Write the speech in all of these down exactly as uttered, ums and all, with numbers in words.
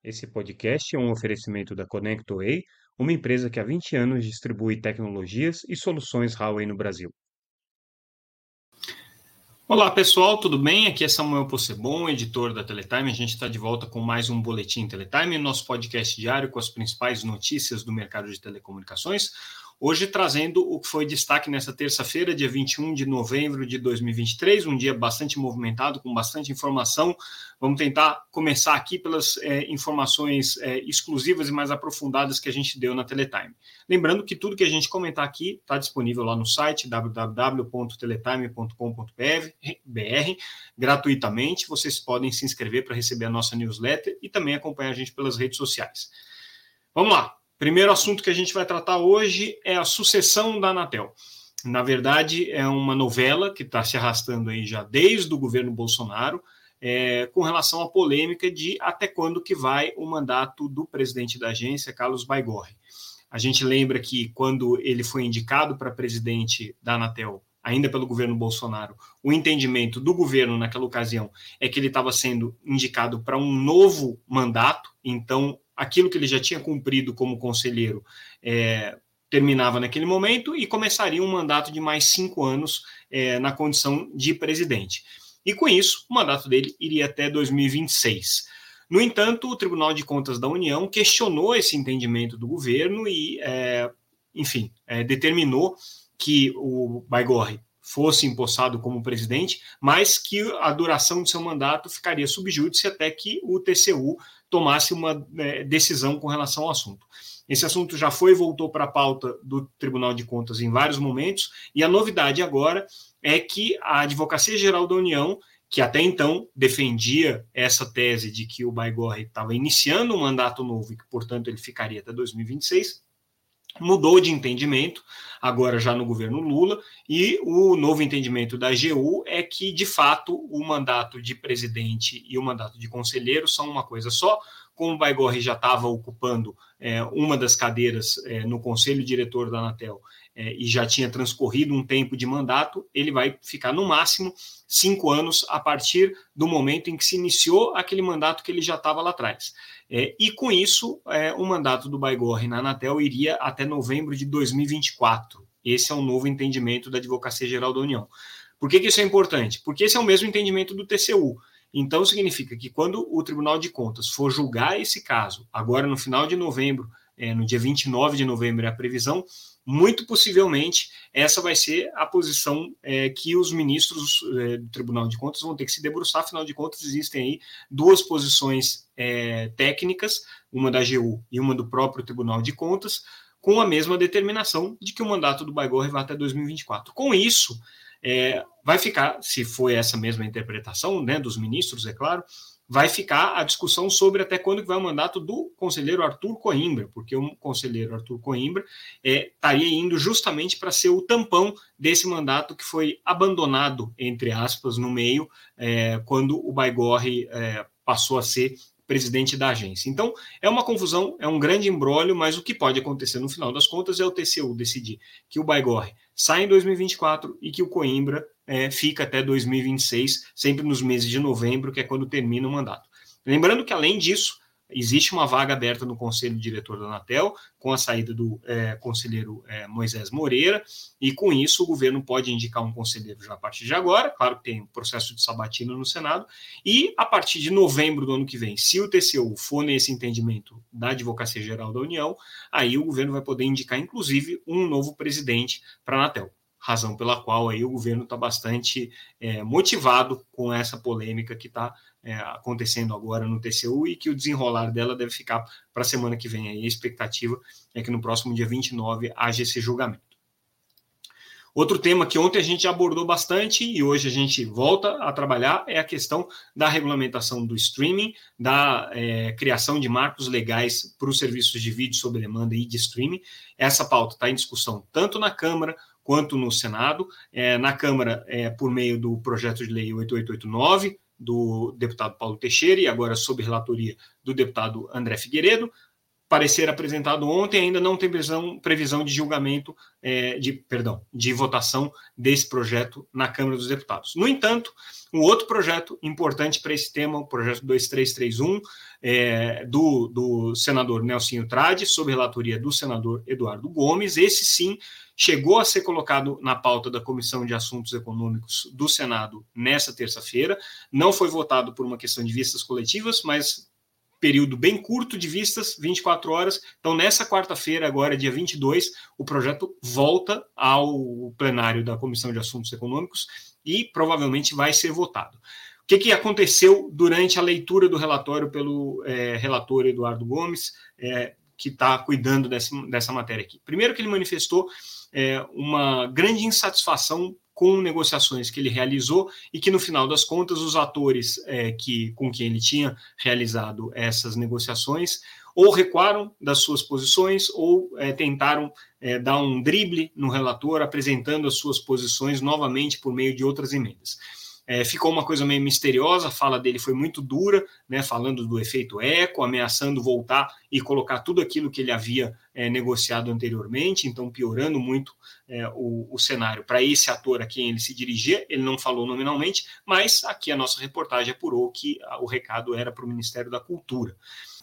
Esse podcast é um oferecimento da ConnectWay, uma empresa que há vinte anos distribui tecnologias e soluções Huawei no Brasil. Olá pessoal, tudo bem? Aqui é Samuel Possebon, editor da Teletime. A gente está de volta com mais um Boletim Teletime, nosso podcast diário com as principais notícias do mercado de telecomunicações. Hoje trazendo o que foi destaque nessa terça-feira, dia vinte e um de novembro de dois mil e vinte e três, um dia bastante movimentado, com bastante informação. Vamos tentar começar aqui pelas é, informações é, exclusivas e mais aprofundadas que a gente deu na Teletime. Lembrando que tudo que a gente comentar aqui está disponível lá no site w w w ponto teletime ponto com ponto b r, gratuitamente. Vocês podem se inscrever para receber a nossa newsletter e também acompanhar a gente pelas redes sociais. Vamos lá. Primeiro assunto que a gente vai tratar hoje é a sucessão da Anatel. Na verdade, é uma novela que está se arrastando aí já desde o governo Bolsonaro, é, com relação à polêmica de até quando que vai o mandato do presidente da agência, Carlos Baigorre. A gente lembra que quando ele foi indicado para presidente da Anatel, ainda pelo governo Bolsonaro, o entendimento do governo naquela ocasião é que ele estava sendo indicado para um novo mandato, então aquilo que ele já tinha cumprido como conselheiro é, terminava naquele momento e começaria um mandato de mais cinco anos é, na condição de presidente. E com isso, o mandato dele iria até dois mil e vinte e seis. No entanto, o Tribunal de Contas da União questionou esse entendimento do governo e, é, enfim, é, determinou que o Baigorre fosse empossado como presidente, mas que a duração de seu mandato ficaria sob júdice até que o T C U tomasse uma é, decisão com relação ao assunto. Esse assunto já foi e voltou para a pauta do Tribunal de Contas em vários momentos, e a novidade agora é que a Advocacia Geral da União, que até então defendia essa tese de que o Baigorre estava iniciando um mandato novo e que, portanto, ele ficaria até dois mil e vinte e seis, mudou de entendimento, agora já no governo Lula, e o novo entendimento da A G U é que, de fato, o mandato de presidente e o mandato de conselheiro são uma coisa só. Como o Baigorre já estava ocupando é, uma das cadeiras é, no conselho diretor da Anatel é, e já tinha transcorrido um tempo de mandato, ele vai ficar no máximo cinco anos a partir do momento em que se iniciou aquele mandato que ele já estava lá atrás. É, e com isso, é, o mandato do Baigorre na Anatel iria até novembro de dois mil e vinte e quatro. Esse é um novo entendimento da Advocacia Geral da União. Por que, que isso é importante? Porque esse é o mesmo entendimento do T C U. Então, significa que quando o Tribunal de Contas for julgar esse caso, agora no final de novembro, é, no dia vinte e nove de novembro é a previsão, muito possivelmente essa vai ser a posição é, que os ministros é, do Tribunal de Contas vão ter que se debruçar. Afinal de contas, existem aí duas posições é, técnicas, uma da A G U e uma do próprio Tribunal de Contas, com a mesma determinação de que o mandato do Baigorre vai até dois mil e vinte e quatro. Com isso, é, vai ficar, se for essa mesma interpretação, né, dos ministros, é claro, vai ficar a discussão sobre até quando que vai o mandato do conselheiro Arthur Coimbra, porque o conselheiro Arthur Coimbra é, estaria indo justamente para ser o tampão desse mandato que foi abandonado, entre aspas, no meio, é, quando o Baigorre é, passou a ser presidente da agência. Então, é uma confusão, é um grande imbróglio, mas o que pode acontecer no final das contas é o T C U decidir que o Baigorre sai em dois mil e vinte e quatro e que o Coimbra é, fica até dois mil e vinte e seis, sempre nos meses de novembro, que é quando termina o mandato. Lembrando que, além disso, existe uma vaga aberta no Conselho Diretor da Anatel, com a saída do é, conselheiro é, Moisés Moreira, e com isso o governo pode indicar um conselheiro já a partir de agora, claro que tem um processo de sabatina no Senado, e a partir de novembro do ano que vem, se o T C U for nesse entendimento da Advocacia Geral da União, aí o governo vai poder indicar, inclusive, um novo presidente para a Anatel. Razão pela qual aí o governo está bastante é, motivado com essa polêmica que está é, acontecendo agora no T C U e que o desenrolar dela deve ficar para a semana que vem. Aí a expectativa é que no próximo dia vinte e nove haja esse julgamento. Outro tema que ontem a gente abordou bastante e hoje a gente volta a trabalhar é a questão da regulamentação do streaming, da é, criação de marcos legais para os serviços de vídeo sob demanda e de streaming. Essa pauta está em discussão tanto na Câmara quanto no Senado. É, na Câmara, é, por meio do projeto de lei oito oito oito nove, do deputado Paulo Teixeira, e agora sob relatoria do deputado André Figueiredo. parecer apresentado ontem, ainda não tem previsão, previsão de julgamento, é, de, perdão, de votação desse projeto na Câmara dos Deputados. No entanto, um outro projeto importante para esse tema, o projeto dois três três um, é, do, do senador Nelsinho Trade, sob relatoria do senador Eduardo Gomes, esse sim chegou a ser colocado na pauta da Comissão de Assuntos Econômicos do Senado nessa terça-feira, não foi votado por uma questão de vistas coletivas, mas período bem curto de vistas, vinte e quatro horas. Então, nessa quarta-feira, agora, dia vinte e dois, o projeto volta ao plenário da Comissão de Assuntos Econômicos e provavelmente vai ser votado. O que, que aconteceu durante a leitura do relatório pelo é, relator Eduardo Gomes, é, que está cuidando dessa, dessa matéria aqui? Primeiro que ele manifestou é, uma grande insatisfação com negociações que ele realizou e que, no final das contas, os atores é, que, com quem ele tinha realizado essas negociações ou recuaram das suas posições ou é, tentaram é, dar um drible no relator, apresentando as suas posições novamente por meio de outras emendas. É, ficou uma coisa meio misteriosa, a fala dele foi muito dura, né, falando do efeito eco, ameaçando voltar e colocar tudo aquilo que ele havia é, negociado anteriormente, então piorando muito é, o, o cenário para esse ator a quem ele se dirigia. Ele não falou nominalmente, mas aqui a nossa reportagem apurou que o recado era para o Ministério da Cultura.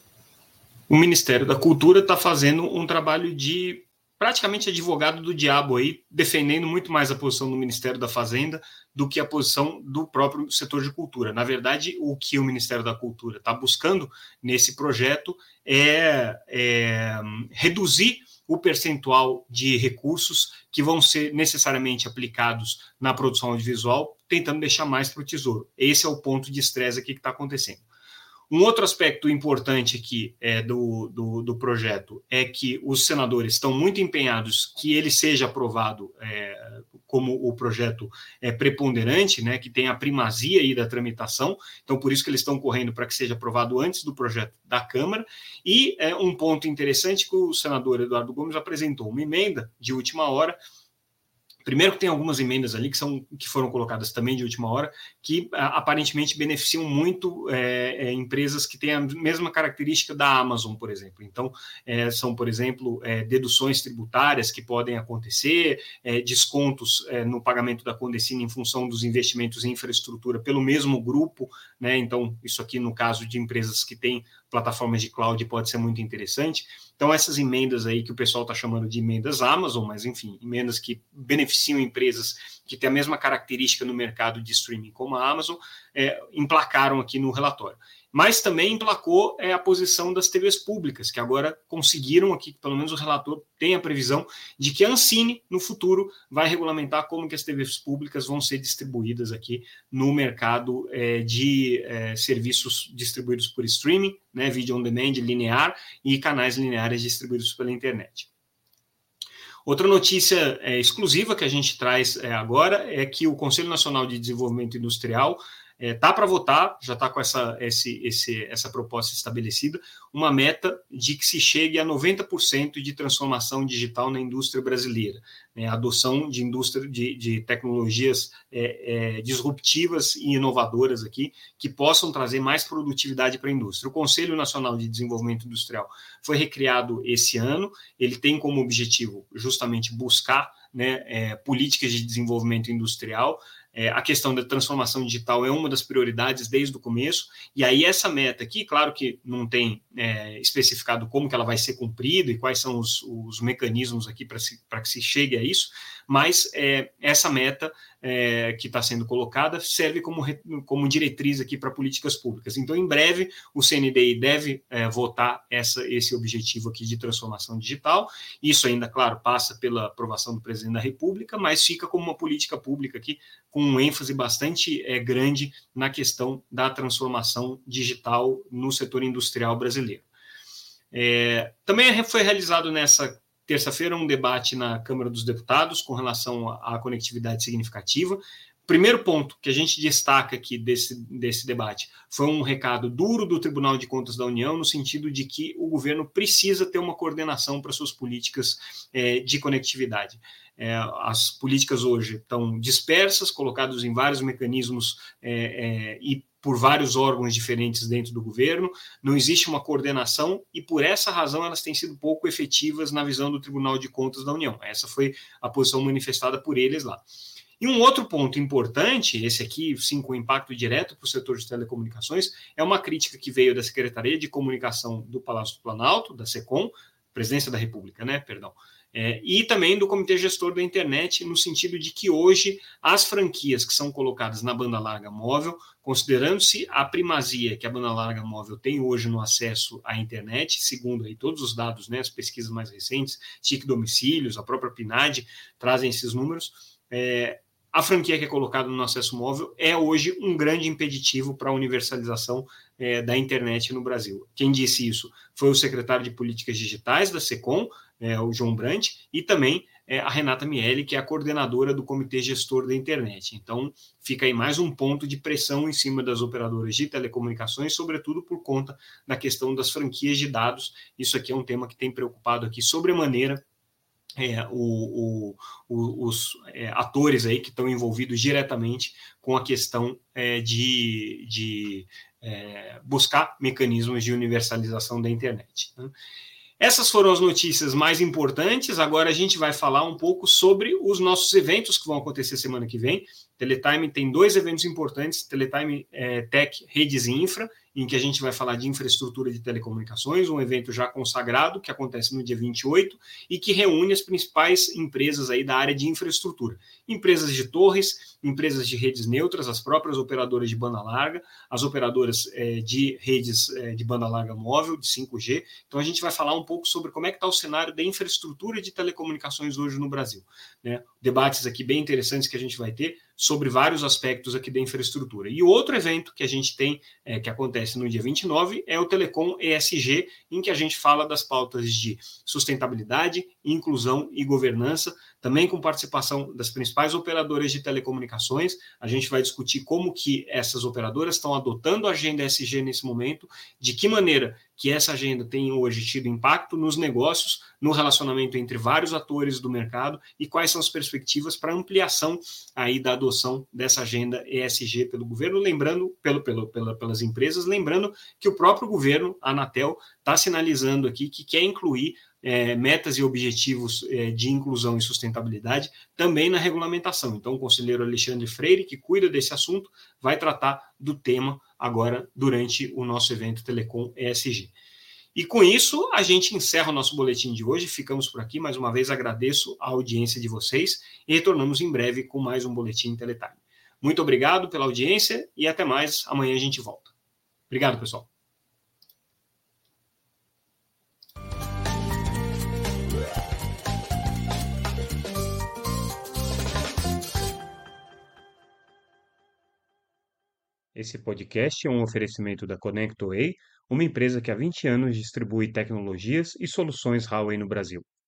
O Ministério da Cultura está fazendo um trabalho de praticamente advogado do diabo aí, defendendo muito mais a posição do Ministério da Fazenda do que a posição do próprio setor de cultura. Na verdade, o que o Ministério da Cultura está buscando nesse projeto é, é reduzir o percentual de recursos que vão ser necessariamente aplicados na produção audiovisual, tentando deixar mais para o Tesouro. Esse é o ponto de estresse aqui que está acontecendo. Um outro aspecto importante aqui é, do, do, do projeto é que os senadores estão muito empenhados que ele seja aprovado é, como o projeto é, preponderante, né, que tem a primazia aí da tramitação, então por isso que eles estão correndo para que seja aprovado antes do projeto da Câmara. E é, um ponto interessante que o senador Eduardo Gomes apresentou uma emenda de última hora. Primeiro que tem algumas emendas ali que, são, que foram colocadas também de última hora, que a, aparentemente beneficiam muito é, é, empresas que têm a mesma característica da Amazon, por exemplo. Então, é, são, por exemplo, é, deduções tributárias que podem acontecer, é, descontos é, no pagamento da Condecine em função dos investimentos em infraestrutura pelo mesmo grupo, né? Então, isso aqui no caso de empresas que têm plataformas de cloud pode ser muito interessante. Então, essas emendas aí que o pessoal está chamando de emendas Amazon, mas enfim, emendas que beneficiam empresas que têm a mesma característica no mercado de streaming como a Amazon, é, emplacaram aqui no relatório. Mas também emplacou é, a posição das T Vs públicas, que agora conseguiram aqui, pelo menos o relator tem a previsão de que a Ancine, no futuro, vai regulamentar como que as T Vs públicas vão ser distribuídas aqui no mercado é, de é, serviços distribuídos por streaming, né, vídeo on demand, linear e canais lineares distribuídos pela internet. Outra notícia é, exclusiva que a gente traz é, agora é que o Conselho Nacional de Desenvolvimento Industrial está é, para votar, já está com essa, esse, esse, essa proposta estabelecida, uma meta de que se chegue a noventa por cento de transformação digital na indústria brasileira, né, a adoção de, indústria, de, de tecnologias é, é, disruptivas e inovadoras aqui, que possam trazer mais produtividade para a indústria. O Conselho Nacional de Desenvolvimento Industrial foi recriado esse ano, ele tem como objetivo justamente buscar, né, é, políticas de desenvolvimento industrial. É, a questão da transformação digital é uma das prioridades desde o começo, e aí essa meta aqui, claro que não tem é, especificado como que ela vai ser cumprida e quais são os, os mecanismos aqui para que se chegue a isso, mas é, essa meta é, que está sendo colocada serve como, como diretriz aqui para políticas públicas. Então, em breve, o C N D I deve é, votar essa, esse objetivo aqui de transformação digital. Isso ainda, claro, passa pela aprovação do presidente da República, mas fica como uma política pública aqui com um ênfase bastante é, grande na questão da transformação digital no setor industrial brasileiro. É, também foi realizado nessa terça-feira um debate na Câmara dos Deputados com relação à conectividade significativa. primeiro ponto que a gente destaca aqui desse, desse debate foi um recado duro do Tribunal de Contas da União, no sentido de que o governo precisa ter uma coordenação para suas políticas é, de conectividade. É, as políticas hoje estão dispersas, colocadas em vários mecanismos é, é, e por vários órgãos diferentes dentro do governo, não existe uma coordenação e, por essa razão, elas têm sido pouco efetivas na visão do Tribunal de Contas da União. Essa foi a posição manifestada por eles lá. E um outro ponto importante, esse aqui, sim, com impacto direto para o setor de telecomunicações, é uma crítica que veio da Secretaria de Comunicação do Palácio do Planalto, da SECOM, Presidência da República, né, perdão, é, e também do Comitê Gestor da Internet, no sentido de que hoje as franquias que são colocadas na banda larga móvel, considerando-se a primazia que a banda larga móvel tem hoje no acesso à internet, segundo aí todos os dados, né, as pesquisas mais recentes, T I C Domicílios, a própria PNAD, trazem esses números, é, a franquia que é colocada no acesso móvel é hoje um grande impeditivo para a universalização é, da internet no Brasil. Quem disse isso foi o secretário de Políticas Digitais da SECOM, é, o João Brandt, e também é, a Renata Miele, que é a coordenadora do Comitê Gestor da Internet. Então, fica aí mais um ponto de pressão em cima das operadoras de telecomunicações, sobretudo por conta da questão das franquias de dados. Isso aqui é um tema que tem preocupado aqui sobremaneira É, o, o, os é, atores aí que estão envolvidos diretamente com a questão é, de, de é, buscar mecanismos de universalização da internet, né? Essas foram as notícias mais importantes. Agora a gente vai falar um pouco sobre os nossos eventos que vão acontecer semana que vem. Teletime tem dois eventos importantes, Teletime é, Tech Redes e Infra, em que a gente vai falar de infraestrutura de telecomunicações, um evento já consagrado, que acontece no dia vinte e oito, e que reúne as principais empresas aí da área de infraestrutura. Empresas de torres, empresas de redes neutras, as próprias operadoras de banda larga, as operadoras é, de redes é, de banda larga móvel, de cinco G. Então a gente vai falar um pouco sobre como é que está o cenário da infraestrutura de telecomunicações hoje no Brasil, né? Debates aqui bem interessantes que a gente vai ter sobre vários aspectos aqui da infraestrutura. E o outro evento que a gente tem, é, que acontece no dia vinte e nove, é o Telecom E S G, em que a gente fala das pautas de sustentabilidade, inclusão e governança, também com participação das principais operadoras de telecomunicações. A gente vai discutir como que essas operadoras estão adotando a agenda E S G nesse momento, de que maneira que essa agenda tem hoje tido impacto nos negócios, no relacionamento entre vários atores do mercado e quais são as perspectivas para ampliação aí da adoção dessa agenda E S G pelo governo, lembrando, pelo, pelo, pela, pelas empresas, lembrando que o próprio governo, a Anatel, está sinalizando aqui que quer incluir É, metas e objetivos é, de inclusão e sustentabilidade também na regulamentação. Então, o conselheiro Alexandre Freire, que cuida desse assunto, vai tratar do tema agora durante o nosso evento Telecom E S G. E com isso, a gente encerra o nosso boletim de hoje. Ficamos por aqui. Mais uma vez, agradeço a audiência de vocês e retornamos em breve com mais um Boletim Teletime. Muito obrigado pela audiência e até mais. Amanhã a gente volta. Obrigado, pessoal. Esse podcast é um oferecimento da ConnectWay, uma empresa que há vinte anos distribui tecnologias e soluções Huawei no Brasil.